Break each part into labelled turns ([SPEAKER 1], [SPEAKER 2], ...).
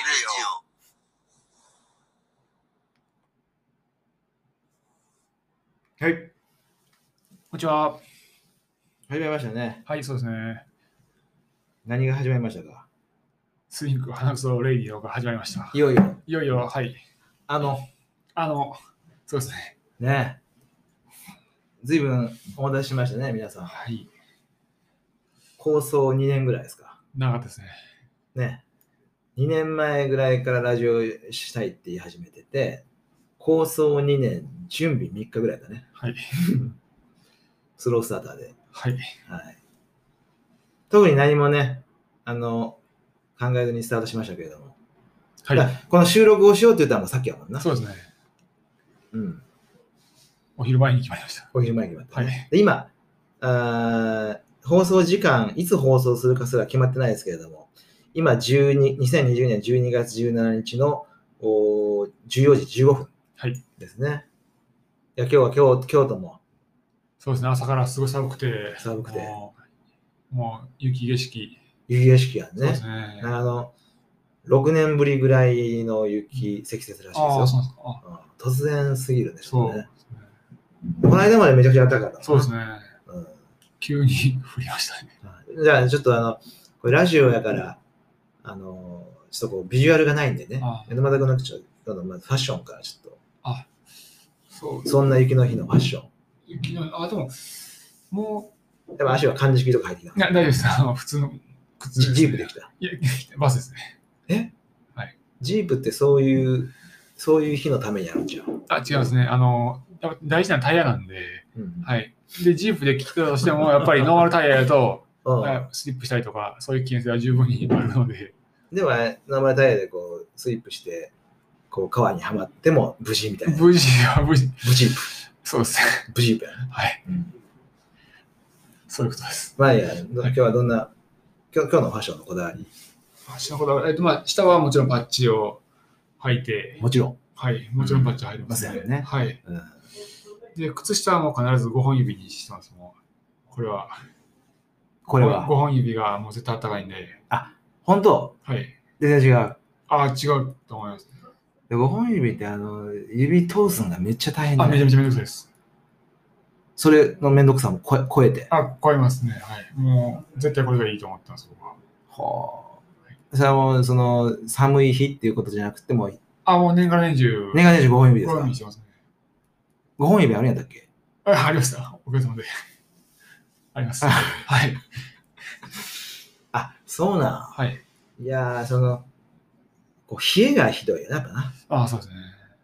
[SPEAKER 1] はい。こ
[SPEAKER 2] んにちは。
[SPEAKER 1] 始めましたね。
[SPEAKER 2] はい、そうですね。
[SPEAKER 1] 何が始まりましたか？
[SPEAKER 2] スイング花草レイディオが始まりました。
[SPEAKER 1] いよいよ。
[SPEAKER 2] いよいよ、はい。そうですね。
[SPEAKER 1] ね。ずいぶんお待たせしましたね、皆さん。
[SPEAKER 2] はい。
[SPEAKER 1] 構想2年ぐらいですか。
[SPEAKER 2] 長かったですね。
[SPEAKER 1] ね。2年前ぐらいからラジオしたいって言い始めてて、構想2年、準備3日ぐらいだね。
[SPEAKER 2] はい。
[SPEAKER 1] スロースターターで。
[SPEAKER 2] はい。
[SPEAKER 1] はい。特に何もね、考えずにスタートしましたけれども。
[SPEAKER 2] はい。
[SPEAKER 1] この収録をしようって言ったのもさっきやもんな。
[SPEAKER 2] そうですね。
[SPEAKER 1] うん。
[SPEAKER 2] お昼前に決まりました。
[SPEAKER 1] お昼前に決まった、ね。
[SPEAKER 2] はい。
[SPEAKER 1] で今放送時間、いつ放送するかすら決まってないですけれども、今2020年12月17日の14時15分ですね。はい、いや今日は京都も。
[SPEAKER 2] そうですね、朝からすごい寒くて。もう雪景色。
[SPEAKER 1] 雪景色やね。
[SPEAKER 2] そうですね。
[SPEAKER 1] 6年ぶりぐらいの積雪らしいですよ。
[SPEAKER 2] あ、そうですか。
[SPEAKER 1] 突然すぎるんですよね。
[SPEAKER 2] こ
[SPEAKER 1] の間までめちゃくちゃ暖かかった。
[SPEAKER 2] そうですね。急に降りましたね。
[SPEAKER 1] じゃあちょっとこれラジオやから、ちょっとこうビジュアルがないんでね、山田君のファッションからちょっと、そんな雪の日のファッション。
[SPEAKER 2] 雪の、でも、も
[SPEAKER 1] う、でも足は漢字とか入ってきた。
[SPEAKER 2] いや、大丈夫です。普通の靴です、ね。
[SPEAKER 1] ジープできた。
[SPEAKER 2] いや、バスですね。
[SPEAKER 1] はい。ジープってそういう日のためにあるんじゃん。
[SPEAKER 2] 違いますね。大事なタイヤなんで、はい。で、ジープで来たとしても、やっぱりノーマルタイヤだと、スリップしたりとか、そういう危険性は十分にあるので。
[SPEAKER 1] でも、ノーマルタイヤでこう、スリップして、こう、川にはまっても無事みたいな。
[SPEAKER 2] 無事。無ジー
[SPEAKER 1] プ。
[SPEAKER 2] そうですね。
[SPEAKER 1] 無ジープやね。
[SPEAKER 2] はい。そういうことです。
[SPEAKER 1] まあいや、今日はどんな、今日のファッションのこだわり。
[SPEAKER 2] ファッションのこだわり。下はもちろんパッチを履いて。
[SPEAKER 1] もちろん。
[SPEAKER 2] はい。もちろんパッチ履いてますね。はい。で、靴下はもう必ず5本指にしてます。もうこれは5本指がもう絶対あったかいんで。
[SPEAKER 1] 本当？
[SPEAKER 2] はい。
[SPEAKER 1] 全然違う。
[SPEAKER 2] 違うと思います。
[SPEAKER 1] 5本指って指通すのがめっちゃ大変だ、ね。
[SPEAKER 2] めちゃめちゃめんどくさいです。
[SPEAKER 1] それのめんどくさも超えて。
[SPEAKER 2] 超えますね。はい。もう絶対これがいいと思ってます、僕は。
[SPEAKER 1] それはもう寒い日っていうことじゃなくても。
[SPEAKER 2] もう年がら年中。
[SPEAKER 1] 年がら年中5本指ですか？
[SPEAKER 2] 5本指してますね。
[SPEAKER 1] 5本指あるんやったっけ？
[SPEAKER 2] ありました。おかげさまで。あります。はい。
[SPEAKER 1] そうなん。
[SPEAKER 2] はい。
[SPEAKER 1] いやこう冷えがひどいよな、やっぱな。
[SPEAKER 2] そうですね。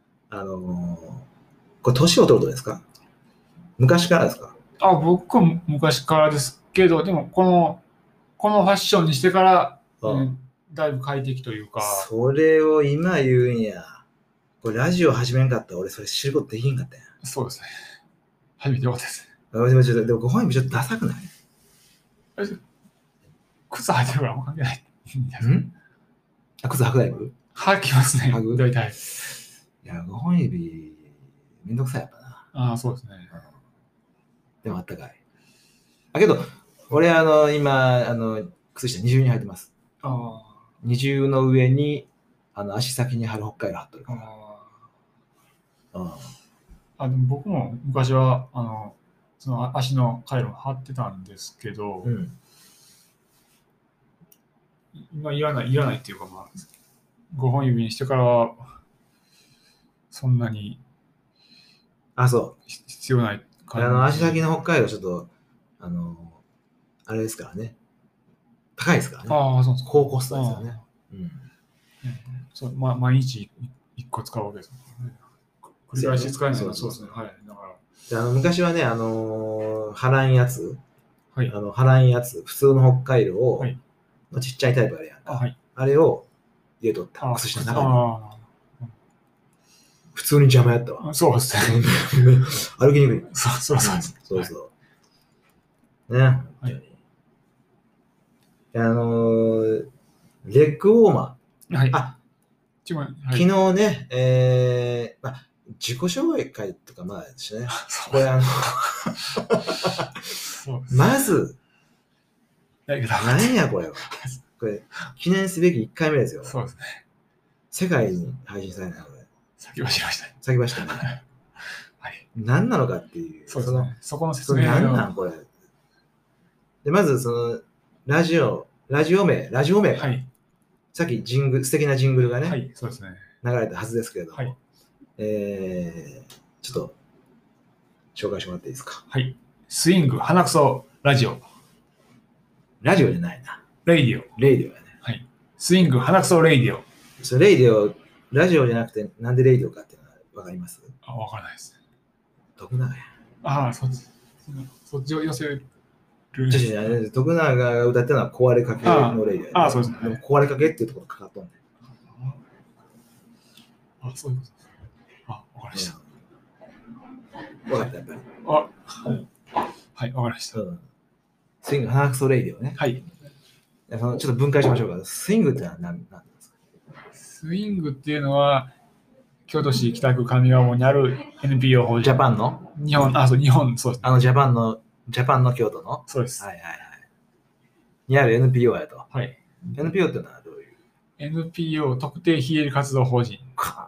[SPEAKER 1] これ年を取るとですか？昔からですか？
[SPEAKER 2] 僕は昔からですけど、でもこのファッションにしてから、だいぶ快適というか。
[SPEAKER 1] それを今言うんや。これラジオ始めんかったら俺それ知ることできんかったやん。
[SPEAKER 2] そうですね。初めてよかったです。
[SPEAKER 1] でも5本指ちょっとダサくない？
[SPEAKER 2] 靴履いてるからもう関係ない。
[SPEAKER 1] 靴履くタイプ？
[SPEAKER 2] 履きますね。大体。
[SPEAKER 1] いや、5本指めんどくさいやっぱ
[SPEAKER 2] な。そうですね。
[SPEAKER 1] でもあったかい。けど、俺今、靴下二重に履いてます。二重の上に、足先に貼る北海道貼っとるから。
[SPEAKER 2] でも僕も昔は、その足の回路貼ってたんですけど、今いらないっていうか、5本指にしてからは、そんなに、必要ない
[SPEAKER 1] 感じ。足先の北海道ちょっと、あれですからね。高いですからね。
[SPEAKER 2] そうです。
[SPEAKER 1] 高コストですよね。
[SPEAKER 2] 毎日1個使うわけですもんね。繰り返し使えないのそうですね。はい。だから
[SPEAKER 1] 昔はね、貼らんやつ、貼らんやつ、普通の北海道を、ちっちゃいタイプあれやんか。あれを入れとった。靴下の中に。普通に邪魔やったわ。
[SPEAKER 2] そうですね。
[SPEAKER 1] 歩きにくい。
[SPEAKER 2] そうです。
[SPEAKER 1] そうそう。ね。レッグウォーマー。昨日ね、自己紹介とかですね。これまず、何やこれは。これ、記念すべき1回目ですよ。
[SPEAKER 2] そうですね。
[SPEAKER 1] 世界に配信されないこれ。
[SPEAKER 2] 先走りましたね。
[SPEAKER 1] 先走ったね。
[SPEAKER 2] はい。
[SPEAKER 1] 何なのかっていう。
[SPEAKER 2] そうですね。そこの説明
[SPEAKER 1] 何なんこれ。で、まずその、ラジオ名が、はい、さっき素敵なジングルがね、
[SPEAKER 2] はい、そうですね。
[SPEAKER 1] 流れたはずですけれども、
[SPEAKER 2] はい、
[SPEAKER 1] ちょっと紹介してもらっていいですか。
[SPEAKER 2] はい。スイング花くそラジオ。
[SPEAKER 1] ラジオじゃないな。
[SPEAKER 2] レイディオ。
[SPEAKER 1] レイディオやね。
[SPEAKER 2] はい。スイング花くそレイディオ。
[SPEAKER 1] それレイディオ、ラジオじゃなくて、なんでレイディオかっていうのは分かります？
[SPEAKER 2] 分からないです。
[SPEAKER 1] 徳永や。
[SPEAKER 2] そっちを寄せる。
[SPEAKER 1] 徳永が歌ってるのは壊れかけのレイディオ、ね。
[SPEAKER 2] そうですね。
[SPEAKER 1] でも壊れかけっていうところがかかっとんね
[SPEAKER 2] ん。そういうことです。分かりました。
[SPEAKER 1] 分かった、やっぱり。
[SPEAKER 2] はい、分かりました。
[SPEAKER 1] スイング花くそレイディオね。
[SPEAKER 2] はい。
[SPEAKER 1] ちょっと分解しましょうか。スイングってのは何ですか？
[SPEAKER 2] スイングっていうのは、京都市北区上賀茂にある NPO 法人。
[SPEAKER 1] ジャパンの
[SPEAKER 2] 日本、日本、そうですね。
[SPEAKER 1] ジャパンの京都の
[SPEAKER 2] そうです。
[SPEAKER 1] はいはいはい。にある NPO やと。
[SPEAKER 2] はい。
[SPEAKER 1] NPO っていうのはどういう？
[SPEAKER 2] NPO 特定非営利活動法人。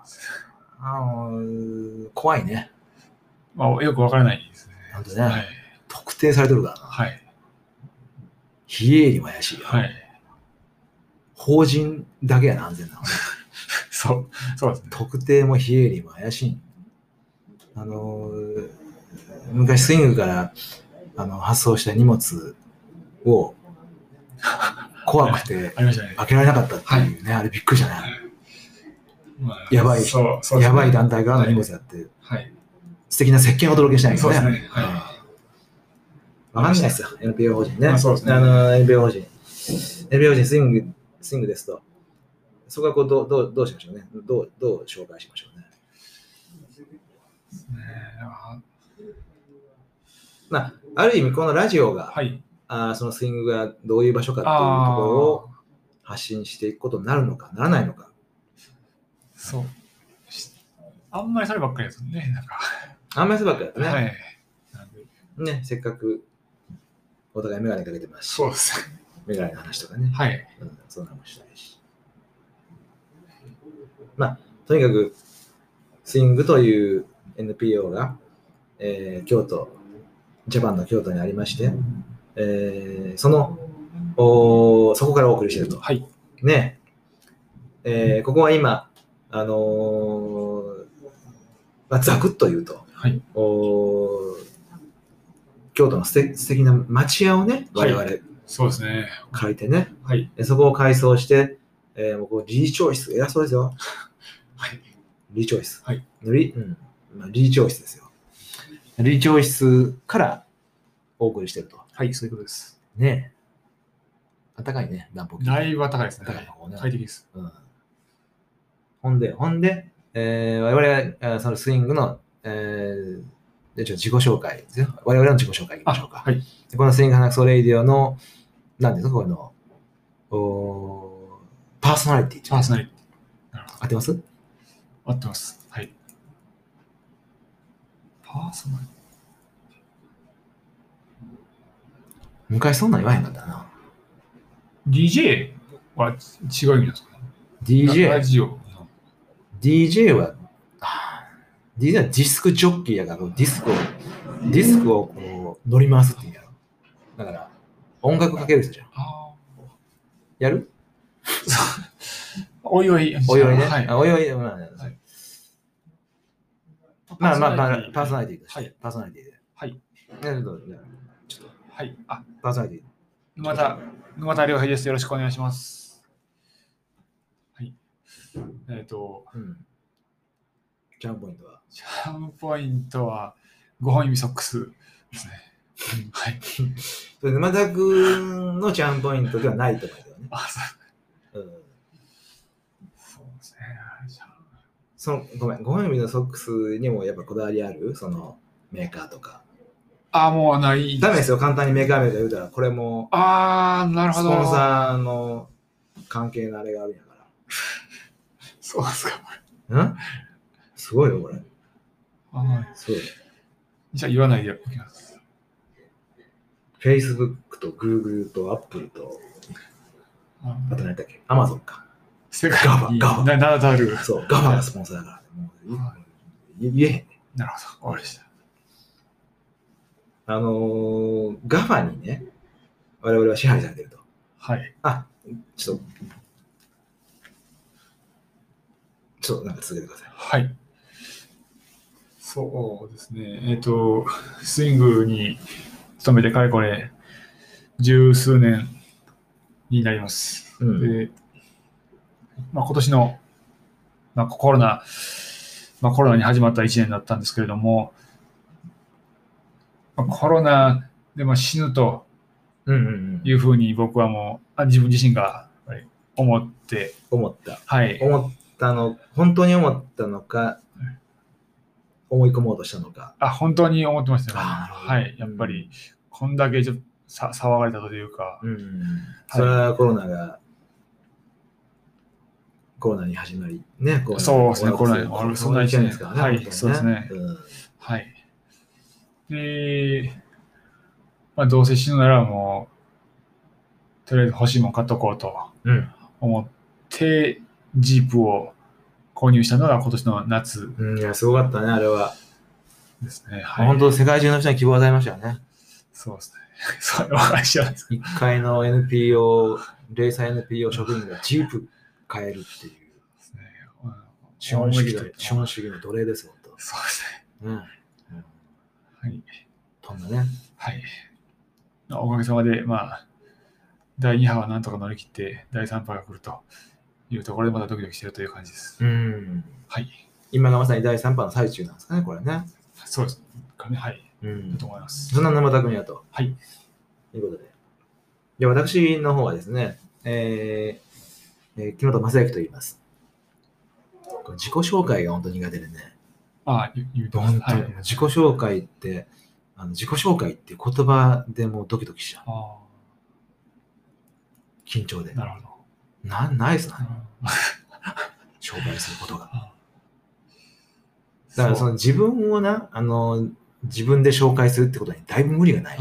[SPEAKER 1] 怖いね。
[SPEAKER 2] よくわからないですね。
[SPEAKER 1] なんとね、はい、特定されてるからな。
[SPEAKER 2] はい。
[SPEAKER 1] 非営利も怪しいよ。
[SPEAKER 2] はい。
[SPEAKER 1] 法人だけやな、安全なのね。
[SPEAKER 2] そうですね。
[SPEAKER 1] 特定も非営利も怪しい。昔スイングから発送した荷物を怖くて開けられなかったっていうね、あれびっくりしたね。やばい団体からの荷物やって、素敵な石鹸をお届けしないとね。わかんないですよ、NPO 法人ね。NPO 法人スイングですと、そこはこうどうしましょうね。どう紹介しましょうね。ある意味このラジオが、そのスイングがどういう場所かっていうところを発信していくことになるのかならないのか。
[SPEAKER 2] そう。あんまりそればっかりですね。
[SPEAKER 1] あんまりそればっかりだとね。
[SPEAKER 2] はい。
[SPEAKER 1] ね、せっかくお互いメガネかけてますし。
[SPEAKER 2] そうです。
[SPEAKER 1] メガネの話とかね。
[SPEAKER 2] はい。
[SPEAKER 1] そんなのもしたいし。とにかくスイングという NPO が、京都、ジャパンの京都にありまして、そこからお送りしていると。
[SPEAKER 2] はい。
[SPEAKER 1] ね。ここは今、ざくっと言うと、
[SPEAKER 2] はい、
[SPEAKER 1] 京都の素敵な町屋をね、我々、
[SPEAKER 2] そうですね。
[SPEAKER 1] 借りてね、
[SPEAKER 2] はい、
[SPEAKER 1] そこを改装して、理事長室、偉そうですよ。
[SPEAKER 2] はい、
[SPEAKER 1] 理事長室。
[SPEAKER 2] はい、
[SPEAKER 1] 理事長室ですよ。理事長室からお送りしてると。
[SPEAKER 2] はい、そういうことです。
[SPEAKER 1] ねえ。暖かいね、暖房機。
[SPEAKER 2] だいぶ暖かいですね。快適です。
[SPEAKER 1] ほんで、我々がそのスイングの、自己紹介ですよ。我々の自己紹介いきましょうか。
[SPEAKER 2] はい、
[SPEAKER 1] このスイング花くそレイディオの、何ですか、この、パーソナリティ。
[SPEAKER 2] パーソナリティ。
[SPEAKER 1] 合ってます？
[SPEAKER 2] 合ってます。はい。パーソナリティ。
[SPEAKER 1] 昔そんなん言わへんかったな。
[SPEAKER 2] DJ は違う意味ですか？
[SPEAKER 1] DJ
[SPEAKER 2] ラジオ。
[SPEAKER 1] DJ はディスクジョッキーやから、ディスクをこう乗り回すって意味やろ。だから、音楽かける人じゃん。やる？
[SPEAKER 2] おいおい。
[SPEAKER 1] おいおいね。
[SPEAKER 2] はい、
[SPEAKER 1] おいおい。パーソナリティとして。はい、パーソナリティで。はい。ちょっと。
[SPEAKER 2] はい。
[SPEAKER 1] パーソナリティ。
[SPEAKER 2] 沼田亮平です。よろしくお願いします。はい。
[SPEAKER 1] チャームポイントは
[SPEAKER 2] チャームポイントは5本指ソックスですね。はい。
[SPEAKER 1] それ沼田君のチャームポイントではないと思うけどね。
[SPEAKER 2] そうですね。
[SPEAKER 1] ごめん、5本指のソックスにもやっぱこだわりある？そのメーカーとか。
[SPEAKER 2] もうない。
[SPEAKER 1] ダメですよ、簡単にメーカー名で言うたら、これも、
[SPEAKER 2] なるほど。
[SPEAKER 1] スポンサーの関係のあれがあるんやから。
[SPEAKER 2] そうですか、
[SPEAKER 1] すごいよ、これ。すごい。
[SPEAKER 2] じゃあ言わないでおきます。
[SPEAKER 1] Facebook と Google と Apple と、あと何だっけ？ Amazon か。
[SPEAKER 2] 世界に名だたる。
[SPEAKER 1] そう、ガファがスポンサーだからね。もう言えへんね。
[SPEAKER 2] なるほど。わかりました。
[SPEAKER 1] ガファにね、我々は支配されてると。
[SPEAKER 2] はい。
[SPEAKER 1] ちょっとなんか続けてください。
[SPEAKER 2] はい。そうですね。スイングに勤めてかれこれ十数年になります。で、今年の、コロナに始まった1年だったんですけれども、コロナで死ぬというふうに僕はもう自分自身が思った。はい。
[SPEAKER 1] 本当に思ったのか、思い込もうとしたのか。
[SPEAKER 2] 本当に思ってましたね。はい。やっぱり、こんだけ騒がれたというか。
[SPEAKER 1] それはコロナに始まり、ね。
[SPEAKER 2] そうですね、コロナに終わる。
[SPEAKER 1] そんな一年ですからね。
[SPEAKER 2] はい、そうですね。はい。で、どうせ死ぬならもう、とりあえず欲しいもん買っとこうと思って、ジープを購入したのが今年の夏。
[SPEAKER 1] いや、すごかったね、あれは。
[SPEAKER 2] ですね。
[SPEAKER 1] はい。本当、世界中の人に希望を与えましたよね。
[SPEAKER 2] そうですね。それは話は
[SPEAKER 1] 一回の NPO、零細 NPO 職員がジープ買えるっていう。資本主義の奴隷ですよ、本当。
[SPEAKER 2] そうですね。はい。
[SPEAKER 1] とんだね。
[SPEAKER 2] はい。おかげさまで、第2波はなんとか乗り切って、第3波が来るというところでまだドキドキしているという感じです。はい。
[SPEAKER 1] 今がまさに第3波の最中なんですかね、これね。
[SPEAKER 2] そうですね。はい。だと思います。
[SPEAKER 1] そんな生田君やと。
[SPEAKER 2] はい。
[SPEAKER 1] ということで。私の方はですね、木本正幸と言います。自己紹介が本当に苦手でね。
[SPEAKER 2] 言うと本当に、
[SPEAKER 1] 自己紹介って、自己紹介っていう言葉でもうドキドキしちゃう。緊張で。
[SPEAKER 2] なるほど。
[SPEAKER 1] ないですな。紹介することが。だからその自分を自分で紹介するってことにだいぶ無理がない。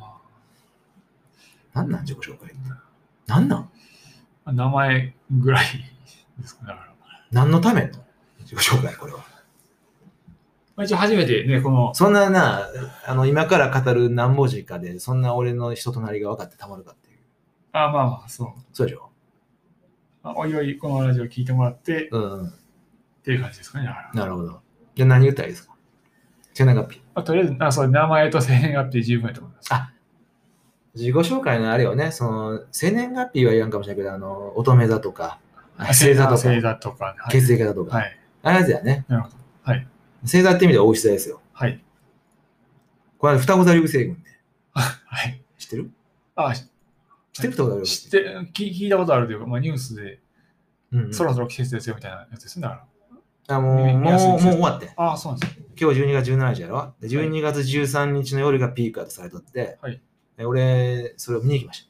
[SPEAKER 1] なんなん自己紹介って。なんなん
[SPEAKER 2] 名前ぐらいですかね。
[SPEAKER 1] 何のための自己紹介これは。
[SPEAKER 2] 一応初めてね、
[SPEAKER 1] そんな今から語る何文字かで、そんな俺の人となりが分かってたまるかっていう。
[SPEAKER 2] そう。
[SPEAKER 1] そうでしょ。
[SPEAKER 2] おいおい、このラジオ聞いてもらって、っていう感じですかね。
[SPEAKER 1] なるほど。じゃあ何言ったらいいですか？生年月日。
[SPEAKER 2] とりあえず、名前と生年月日で十分だと思います。
[SPEAKER 1] 自己紹介のあれよね、生年月日は言わんかもしれないけど、乙女座とか、星座とか、血液だとか、あれやつやね。
[SPEAKER 2] なるほど。はい。
[SPEAKER 1] 星座って意味では大石座ですよ。
[SPEAKER 2] はい。
[SPEAKER 1] これ双子座流星群で。
[SPEAKER 2] はい。
[SPEAKER 1] 知ってる？
[SPEAKER 2] 知ってる双子座流星群。聞いたことあるというか、ニュースで、そろそろ季節ですよみたいなやつですね。
[SPEAKER 1] もう終わって。
[SPEAKER 2] そうなんですよ。
[SPEAKER 1] 今日12月17日やろ？で12月13日の夜がピークだとされとって、俺、それを見に行きました。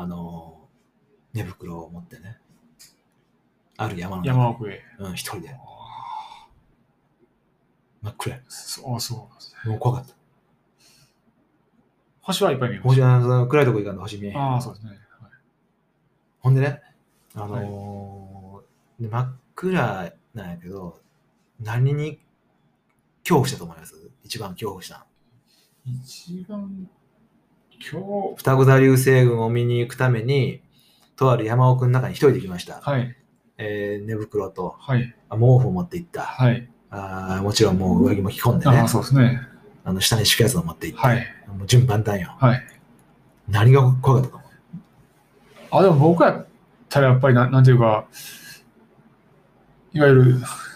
[SPEAKER 1] 寝袋を持ってね。ある山
[SPEAKER 2] 奥へ。
[SPEAKER 1] 一人で。真っ暗い。
[SPEAKER 2] そうですね。
[SPEAKER 1] もう怖かった。
[SPEAKER 2] 星はいっぱい見えました。
[SPEAKER 1] 暗いとこ行かんと星見えへん。
[SPEAKER 2] そうですね。
[SPEAKER 1] ほんでね、真っ暗なんやけど、何に恐怖したと思います？一番恐怖した。双子座流星群を見に行くために、とある山奥の中に一人で来ました。寝袋と、毛布を持って行った。もちろんもう上着も着込んでね。
[SPEAKER 2] そうですね。
[SPEAKER 1] 下に敷くやつを持って行って。もう順番単よ。何が怖かったと思う？
[SPEAKER 2] でも僕やったらやっぱりなんていうか、いわゆる、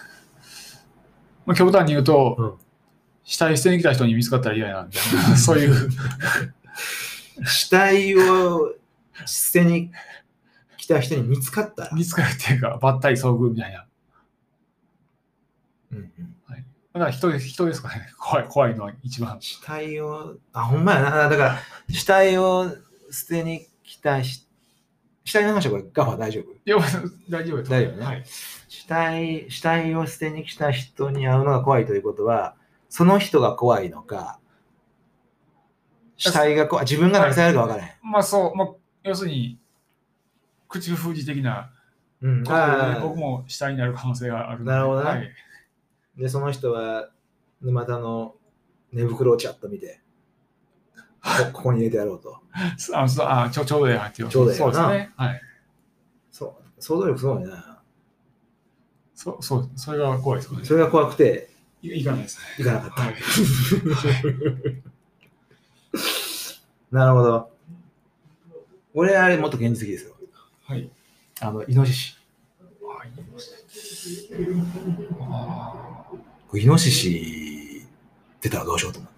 [SPEAKER 2] 極端に言うと、死体捨てに来た人に見つかったら嫌やなみたいな、そういう。
[SPEAKER 1] 死体を捨てに来た人に見つかったら
[SPEAKER 2] 見つかるっていうか、ばったり遭遇みたいな。だから人ですかね。怖いのは一番。
[SPEAKER 1] 死体を、ほんまやな。だから、死体を捨てに来た死体の話はこれ、ガファ大丈夫？
[SPEAKER 2] いや、大丈夫です。
[SPEAKER 1] 大丈夫ね。死体を捨てに来た人に会うのが怖いということは、その人が怖いのか、死体が怖い、自分が何されるか分からへん。
[SPEAKER 2] 要するに、 口封じ的な
[SPEAKER 1] うん。
[SPEAKER 2] ことで
[SPEAKER 1] あ
[SPEAKER 2] 僕も死体になる可能性があるので。
[SPEAKER 1] なるほどね
[SPEAKER 2] はい。
[SPEAKER 1] で、その人は沼田の寝袋をちゃっと見て、ここに入れてやろうと。
[SPEAKER 2] ちょうどええっていう。
[SPEAKER 1] ちょうどええな
[SPEAKER 2] そうですね。はい。
[SPEAKER 1] そう想像力すごいな。
[SPEAKER 2] それが怖いですよね。
[SPEAKER 1] それが怖くて、
[SPEAKER 2] いかないですね。
[SPEAKER 1] いかなかった。
[SPEAKER 2] はい。
[SPEAKER 1] なるほど。俺、あれ、もっと現実的ですよ。
[SPEAKER 2] はい。
[SPEAKER 1] イノシシ。
[SPEAKER 2] あ、いいですね。あ
[SPEAKER 1] イノシシ出たらどうしようと思って。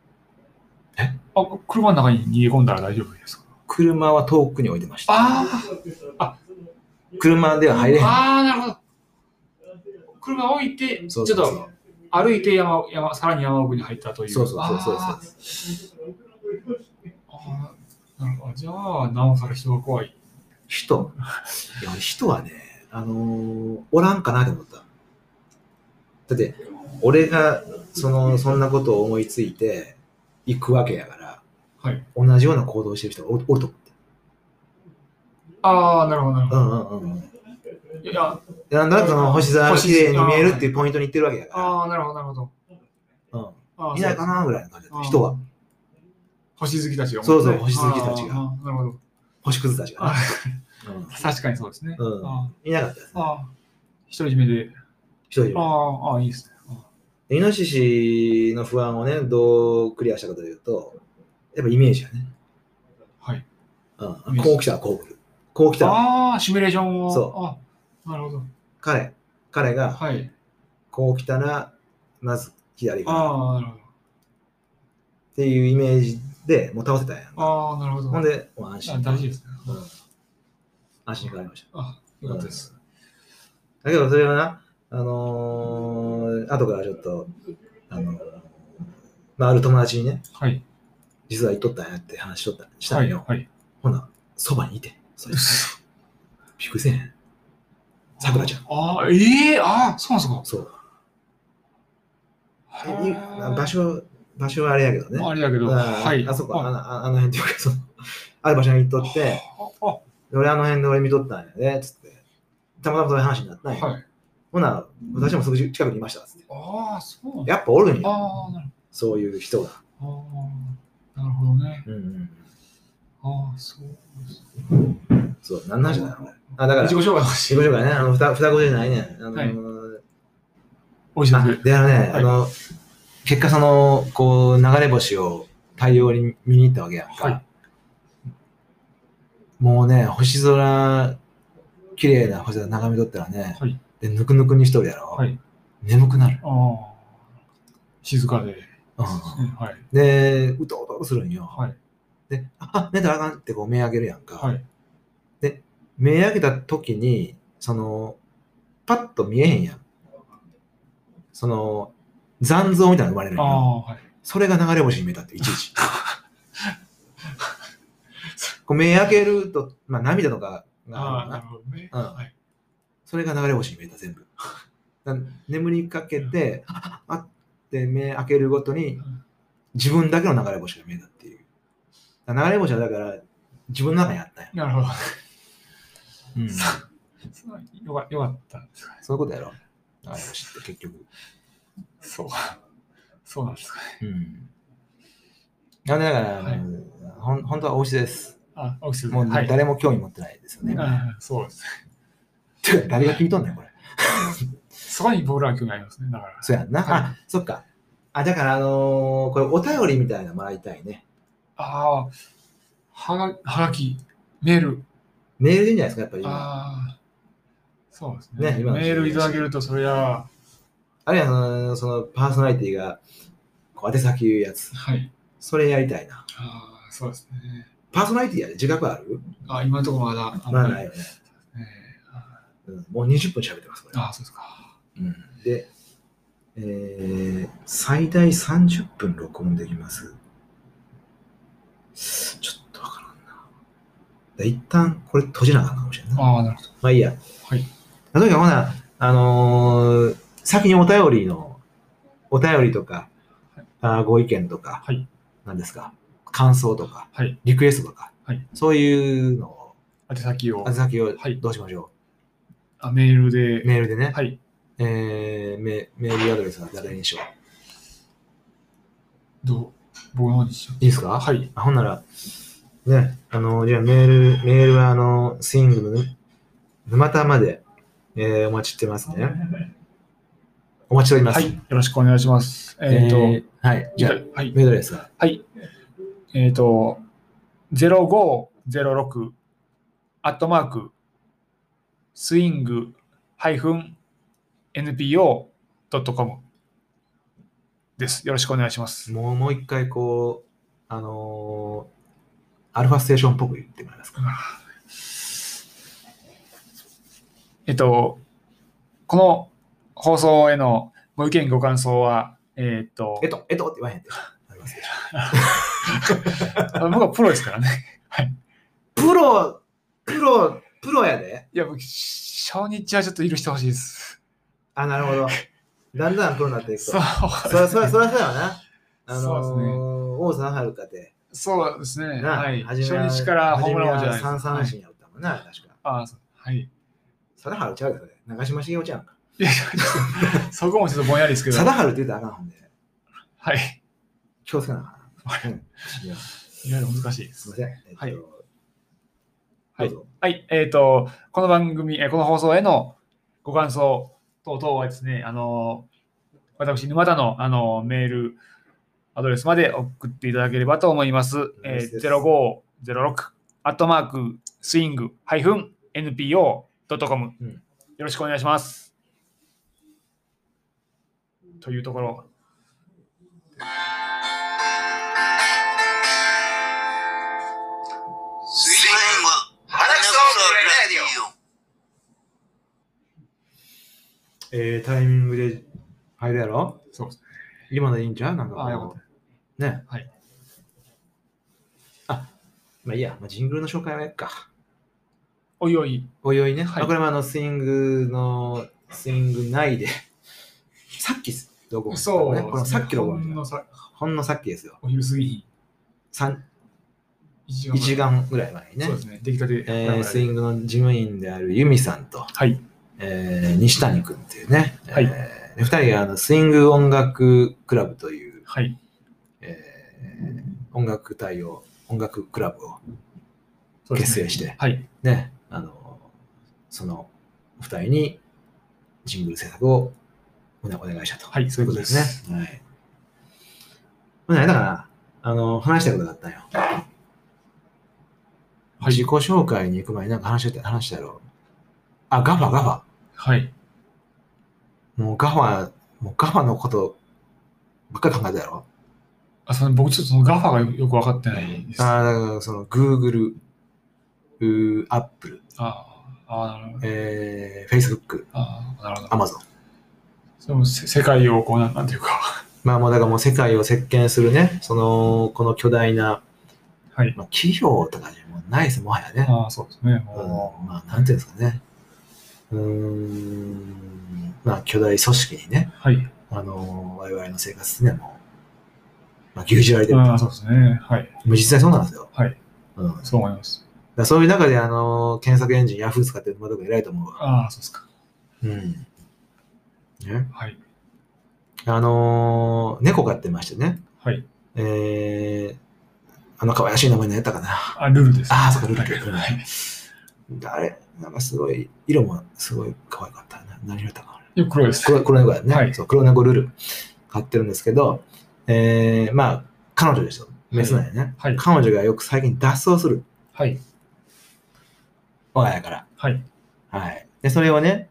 [SPEAKER 2] 車の中に逃げ込んだら大丈夫ですか？
[SPEAKER 1] 車は遠くに置いてました。
[SPEAKER 2] あ
[SPEAKER 1] 車では入れへん。
[SPEAKER 2] なるほど。車置いて、
[SPEAKER 1] そう
[SPEAKER 2] ちょっと歩いてさらに山奥に入ったという。
[SPEAKER 1] そうそう。
[SPEAKER 2] なるほど。じゃあ、なおさら人が怖い。
[SPEAKER 1] 人はね、おらんかなと思った。だって、俺がそんなことを思いついて行くわけやから、
[SPEAKER 2] はい、
[SPEAKER 1] 同じような行動をしてる人がおると思って。
[SPEAKER 2] なるほど、なるほど。いや、
[SPEAKER 1] なんだかその星空が綺麗に見えるっていうポイントに行ってるわけやから。
[SPEAKER 2] なるほど、なるほど。
[SPEAKER 1] いないかなぐらいの感じだった、人は。
[SPEAKER 2] 星好きたちが。
[SPEAKER 1] そう、星好きたちが。
[SPEAKER 2] なるほど。
[SPEAKER 1] 星屑たちがね。
[SPEAKER 2] 確かにそうですね。
[SPEAKER 1] いなかったですね。
[SPEAKER 2] 独り占めで。
[SPEAKER 1] 独り占め。
[SPEAKER 2] いいですね。
[SPEAKER 1] イノシシの不安をね、どうクリアしたかというと、やっぱイメージやね。
[SPEAKER 2] はい。
[SPEAKER 1] こう来たらこう来る。こう来たら。
[SPEAKER 2] シミュレーションを。
[SPEAKER 1] そう。
[SPEAKER 2] なるほど。
[SPEAKER 1] 彼が、こう来たら、まず左から。
[SPEAKER 2] なるほど。
[SPEAKER 1] っていうイメージでもう倒せたんやん。
[SPEAKER 2] なるほど。
[SPEAKER 1] ほんで、もう安心。
[SPEAKER 2] 大事ですね。
[SPEAKER 1] 安心変わりました。
[SPEAKER 2] よかったです。
[SPEAKER 1] だけど、それはな、後からちょっと、ある友達にね、実は言っとったんやって話したんよ。ほな、そばにいて。びっくりせん。さくらちゃん。
[SPEAKER 2] そうなんですか。
[SPEAKER 1] そう。場所はあれやけどね。
[SPEAKER 2] あれやけど、
[SPEAKER 1] あそこ、あの辺っていうか、ある場所に行っとって、俺あの辺で俺見とったんやね、つって。たまたまそういう話になったんや。ほな、私もすぐ近くにいました、つって。やっぱおるんよ。そういう人が。
[SPEAKER 2] なるほどね。
[SPEAKER 1] そう、何の話だよ、これ。だから、
[SPEAKER 2] 自己紹介
[SPEAKER 1] ね、双子じゃないねん。
[SPEAKER 2] おいしいです。
[SPEAKER 1] で、結果こう、流れ星を大量に見に行ったわけやんか。もうね、星空、綺麗な星空眺めとったらね、で、ぬくぬくにしとるやろ。眠くなる。
[SPEAKER 2] 静かで。
[SPEAKER 1] で、うとうとするんよ。で、寝たらあかんってこう目開けるやんか。で、目開けた時に、パッと見えへんやん。残像みたいなの生まれるんよ。それが流れ星に見えたって、いちいち。こう目開けると、涙とかがあるな。それが流れ星に見えた、全部。眠りかけて、って目開けるごとに、自分だけの流れ星が見えたっていう。流れ星はだから、自分の中にあったんや。
[SPEAKER 2] なるほど。よかったんですかね。
[SPEAKER 1] そういうことやろ。流れ星って結局。
[SPEAKER 2] そうなんですかね。
[SPEAKER 1] だから、本当はお牛です。もう誰も興味持ってないですよね。
[SPEAKER 2] そうですね。
[SPEAKER 1] 誰が聞いとんねん、これ。
[SPEAKER 2] そこに僕らは興味ありますね。だから。
[SPEAKER 1] そうやんな。そっか。だから、これお便りみたいなのもらいたいね。
[SPEAKER 2] はがき、メール。
[SPEAKER 1] メールでいいんじゃないですか、やっぱり今。
[SPEAKER 2] そうですね。メールいただけると、それは。
[SPEAKER 1] あるいはパーソナリティが宛先言うやつ。それやりたいな。
[SPEAKER 2] そうですね。
[SPEAKER 1] パーソナリティやで自覚ある？
[SPEAKER 2] 今のところまだ。
[SPEAKER 1] まだないよね。もう20分喋ってます、これ。
[SPEAKER 2] そうですか。
[SPEAKER 1] で、最大30分録音できます。ちょっとわからんな。一旦これ閉じなあかんかもしれんな。
[SPEAKER 2] なるほど。
[SPEAKER 1] まあいいや。例えばほな、先にお便りとか、ご意見とか、何ですか、感想とか、リクエストとか、そういうのを
[SPEAKER 2] 宛先を。
[SPEAKER 1] はい、どうしましょ
[SPEAKER 2] う。メールで。
[SPEAKER 1] メールでね。
[SPEAKER 2] はい。
[SPEAKER 1] メールアドレスは誰にしよ
[SPEAKER 2] う。僕の方にしよう。
[SPEAKER 1] いいですか？
[SPEAKER 2] はい。
[SPEAKER 1] ほんなら、ね、じゃあメールはスイングの沼田まで、お待ちしてますね。お待ちしております。
[SPEAKER 2] はい。よろしくお願いします。
[SPEAKER 1] はい。じゃあ、
[SPEAKER 2] はい、
[SPEAKER 1] メールアドレスは。
[SPEAKER 2] はい。0506スイング-npo.com です。よろしくお願いします。
[SPEAKER 1] もう一回アルファステーションっぽく言ってもらえますか。
[SPEAKER 2] この放送へのご意見ご感想は、
[SPEAKER 1] って言わへんで。
[SPEAKER 2] 僕はプロですからね。はい。
[SPEAKER 1] プロやで。
[SPEAKER 2] いや、僕、初日はちょっと許してほしいです。
[SPEAKER 1] なるほど。だんだんプロになっていくと。そりゃそうやな。
[SPEAKER 2] そうですね。
[SPEAKER 1] 王貞治かて。
[SPEAKER 2] そうですね。はい。初日からホームラン王じゃないですか。
[SPEAKER 1] 三振やったもんな、確か。
[SPEAKER 2] そう。はい。
[SPEAKER 1] 貞治ちゃうよ、それ。長嶋茂雄ちゃうんか。
[SPEAKER 2] いや、そこもちょっとぼんやりですけど。
[SPEAKER 1] 貞治って言ったらあかんほんで。
[SPEAKER 2] はい。
[SPEAKER 1] 気をつけなあかん。
[SPEAKER 2] いろいろ難しいです。
[SPEAKER 1] すみません。
[SPEAKER 2] はい。はい。この番組、この放送へのご感想等々はですね、私、沼田のメールアドレスまで送っていただければと思います。0506-swing-npo.com、よろしくお願いします。というところ。
[SPEAKER 1] タイミングで入るやろ？
[SPEAKER 2] そうですね。
[SPEAKER 1] 今のでいいんちゃう？なんか
[SPEAKER 2] よかった。
[SPEAKER 1] ね。
[SPEAKER 2] はい。
[SPEAKER 1] まあいいや、ジングルの紹介はやっか。
[SPEAKER 2] おいおい
[SPEAKER 1] ね。はい、これもスイング内で、さっきどこ、ね、
[SPEAKER 2] そう、
[SPEAKER 1] このさっきの
[SPEAKER 2] ほ
[SPEAKER 1] んのさっきですよ。
[SPEAKER 2] お昼過ぎ。
[SPEAKER 1] 1時間ぐらい前にね。
[SPEAKER 2] そうですね。出来たて。
[SPEAKER 1] スイングの事務員であるユミさんと、
[SPEAKER 2] はい。
[SPEAKER 1] 西谷君っていうね。
[SPEAKER 2] はい。
[SPEAKER 1] 2人がスイング音楽クラブという、
[SPEAKER 2] はい。
[SPEAKER 1] 音楽クラブを結成して、
[SPEAKER 2] はい。
[SPEAKER 1] ね、その2人にジングル制作をお願いしたと。
[SPEAKER 2] はい、そういうことです
[SPEAKER 1] ね。はい。だから、話したいことがあったんよ。はい、自己紹介に行く前になんか話したやろ。ガファ。
[SPEAKER 2] はい。
[SPEAKER 1] もうガファのことばっかり考えたやろ。
[SPEAKER 2] 僕ちょっとそのガファがよく分かってないです。
[SPEAKER 1] だからその Google、Apple、Facebook、Amazon。
[SPEAKER 2] その世界をなんていうか。
[SPEAKER 1] もうだからもう世界を席巻するね、この巨大な、
[SPEAKER 2] はい。
[SPEAKER 1] 企業とかじゃもうないです、もはやね。
[SPEAKER 2] そうですね。
[SPEAKER 1] なんていうんですかね。巨大組織にね、
[SPEAKER 2] はい。
[SPEAKER 1] 我々の生活ね、もう、牛耳られてる。
[SPEAKER 2] そうですね。はい。
[SPEAKER 1] 実際そうなんですよ。
[SPEAKER 2] はい。そう思います。
[SPEAKER 1] そういう中で、検索エンジン、Yahoo 使ってるのとか偉いと思うわ。
[SPEAKER 2] そうですか。
[SPEAKER 1] ね。
[SPEAKER 2] はい。
[SPEAKER 1] 猫飼ってましてね。
[SPEAKER 2] はい。
[SPEAKER 1] 可愛らしい名前のやったかな。
[SPEAKER 2] ルルです。
[SPEAKER 1] そうか、ルル。はい。なんかすごい、色もすごい可愛かったな。何色だったか
[SPEAKER 2] な。黒です。
[SPEAKER 1] 黒猫やね。はい。そう、黒猫ルル飼ってるんですけど、彼女でしょ。メスなんやね。はい。彼女がよく最近脱走する。
[SPEAKER 2] はい。
[SPEAKER 1] 我が家から。
[SPEAKER 2] はい。
[SPEAKER 1] はい。で、それをね、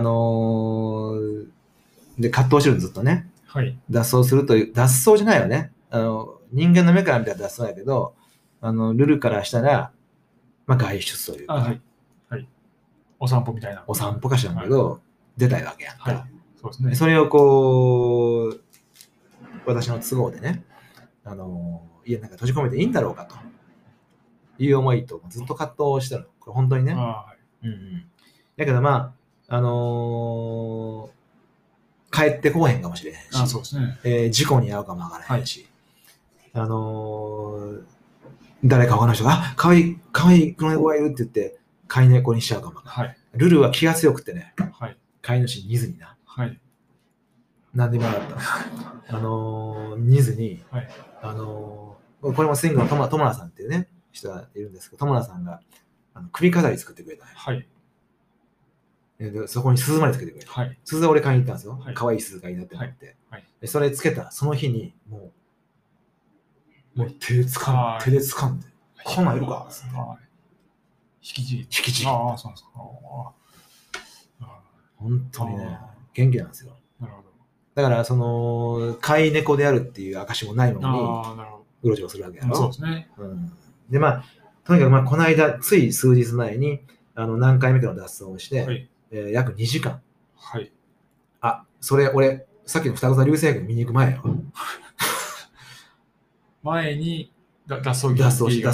[SPEAKER 1] で、葛藤してるのずっとね。
[SPEAKER 2] はい。
[SPEAKER 1] 脱走するという、脱走じゃないよね。人間の目から見たら脱走だけど、ルルからしたら、外出というか。
[SPEAKER 2] はい。はい。お散歩みたいな。
[SPEAKER 1] お散歩かしらんけど、出たいわけやんか。
[SPEAKER 2] はい。そうですね。
[SPEAKER 1] それを私の都合でね、家の中に閉じ込めていいんだろうかという思いとずっと葛藤してるの。これ本当にね。だけど帰ってこへんかもしれへんし、
[SPEAKER 2] そうですね。
[SPEAKER 1] 事故に遭うかもわからへんし、誰か他の人が、かわいい黒猫がいるって言って、 飼い猫にしちゃうかも。
[SPEAKER 2] はい。
[SPEAKER 1] ルルは気が強くてね、
[SPEAKER 2] はい。
[SPEAKER 1] 飼い主に似ずにな。
[SPEAKER 2] はい。
[SPEAKER 1] なんでもなかった。似ずに、
[SPEAKER 2] はい。
[SPEAKER 1] これもスイングの友田さんっていうね、人がいるんですけど、友田さんが首飾り作ってくれた。
[SPEAKER 2] はい。
[SPEAKER 1] でそこに鈴までつけてくれた。
[SPEAKER 2] はい。
[SPEAKER 1] 鈴は俺買いに行ったんですよ。
[SPEAKER 2] はい
[SPEAKER 1] 可愛い鈴がいいなって思って。
[SPEAKER 2] はい。
[SPEAKER 1] でそれつけたその日に、もう手で掴んで、こんなんいるかっつって。
[SPEAKER 2] 引きちぎ
[SPEAKER 1] ああ、そうなんですか。本当にね、元気なんですよ。
[SPEAKER 2] なるほど。
[SPEAKER 1] だから、飼い猫であるっていう証もないのに、うろちょろするわけだろ。
[SPEAKER 2] そうですね。
[SPEAKER 1] で、まあ、とにかく、この間、つい数日前に、何回目かの脱走をして、約2時間。
[SPEAKER 2] はい。
[SPEAKER 1] それ、俺、さっきの双子座流星群見に行く前よ。
[SPEAKER 2] 前に脱走
[SPEAKER 1] 劇やった。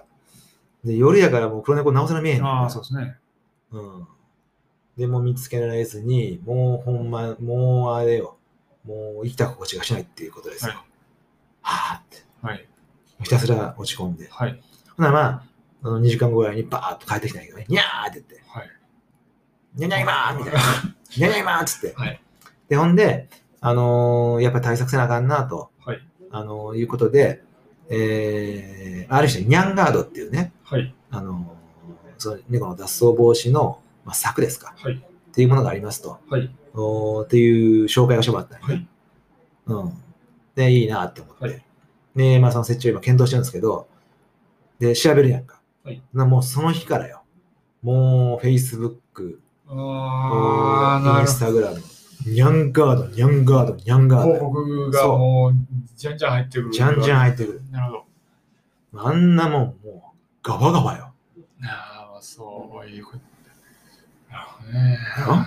[SPEAKER 1] で、夜やからもう黒猫直せな見えへんの。
[SPEAKER 2] ああ、そうですね。
[SPEAKER 1] でも見つけられずに、もうほんま、もうあれよ。もう生きた心地がしないっていうことですよ。はぁって。ひたすら落ち込んで。ほな2時間後ぐらいにバーッと帰ってきたんやけどね、にゃーって言って。にゃにゃいまーみたいな。にゃにゃいまーっつって。で、ほんで、やっぱり対策せなあかんなと、いうことで、ある種、ニャンガードっていうね、その猫の脱走防止の、柵ですか、っていうものがありますと、っていう紹介がしてもらったんやね。で、いいなって思って。で、その設置を今検討してるんですけど、で、調べるやんか。もうその日からよ。もう、Facebook、インスタグラム、ニャンガード、ニャンガード、ニャンガード。
[SPEAKER 2] 広告がもう、じゃんじゃん入ってくる。
[SPEAKER 1] じゃんじゃん入ってくる。
[SPEAKER 2] なるほ
[SPEAKER 1] ど。あんなもん、もう、ガバガバよ。
[SPEAKER 2] そういうこと。なるほどね。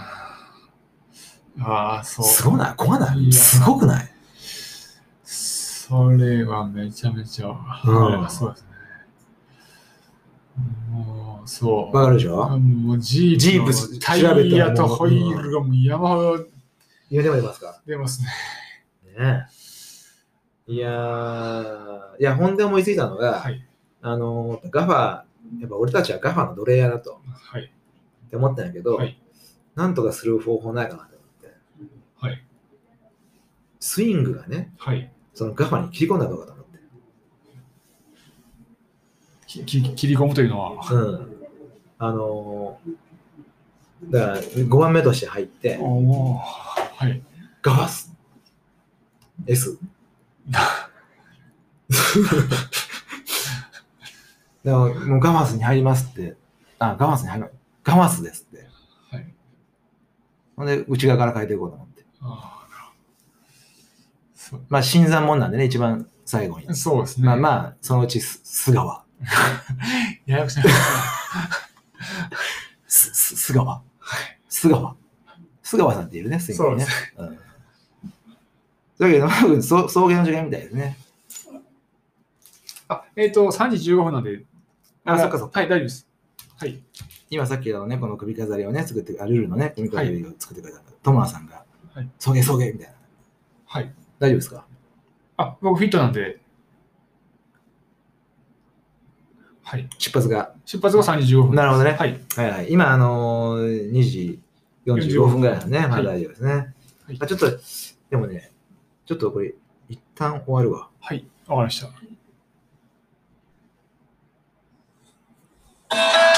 [SPEAKER 2] そう。
[SPEAKER 1] すごない？怖ない？すごくない？
[SPEAKER 2] それはめちゃめちゃ、そうですね。もう、そう。
[SPEAKER 1] わかるでしょ？
[SPEAKER 2] もうジープタイヤとホイールがもう山ほど。
[SPEAKER 1] 今出ますか？
[SPEAKER 2] 出ますね。
[SPEAKER 1] ねえ。いや、ほんで思いついたのが、ガファ、やっぱ俺たちはガファの奴隷やなと。って思ったんやけど、なんとかする方法ないかなと思って。スイングがね、そのガファに切り込んだらどうかと思って。
[SPEAKER 2] 切り込むというのは
[SPEAKER 1] だから5番目として入って、ガファス S だからもうガファスに入りますって、ガファスに入る、ガファスですって。ほんで、内側から変えていこうと思って。新参者なんでね、一番最後に。
[SPEAKER 2] そうですね。
[SPEAKER 1] そのうち須川。
[SPEAKER 2] ややこしい。
[SPEAKER 1] 須川。須川さんっているね、スイングね。だけど、送迎の時間みたいですね。
[SPEAKER 2] 3時15分なんで。
[SPEAKER 1] そっかそっか。
[SPEAKER 2] はい、大丈夫です。
[SPEAKER 1] 今さっきのね、この首飾りをね、ルールのね、首飾りを作ってくれた友野さんが、送迎みたいな。大丈夫ですか？
[SPEAKER 2] 僕フィットなんで。
[SPEAKER 1] 出発が
[SPEAKER 2] 3時15分。
[SPEAKER 1] なるほどね。今、2時45分ぐらいなんでね、まだ大丈夫ですね。ちょっと、でもね、ちょっとこれ、一旦終わるわ。
[SPEAKER 2] わかりました。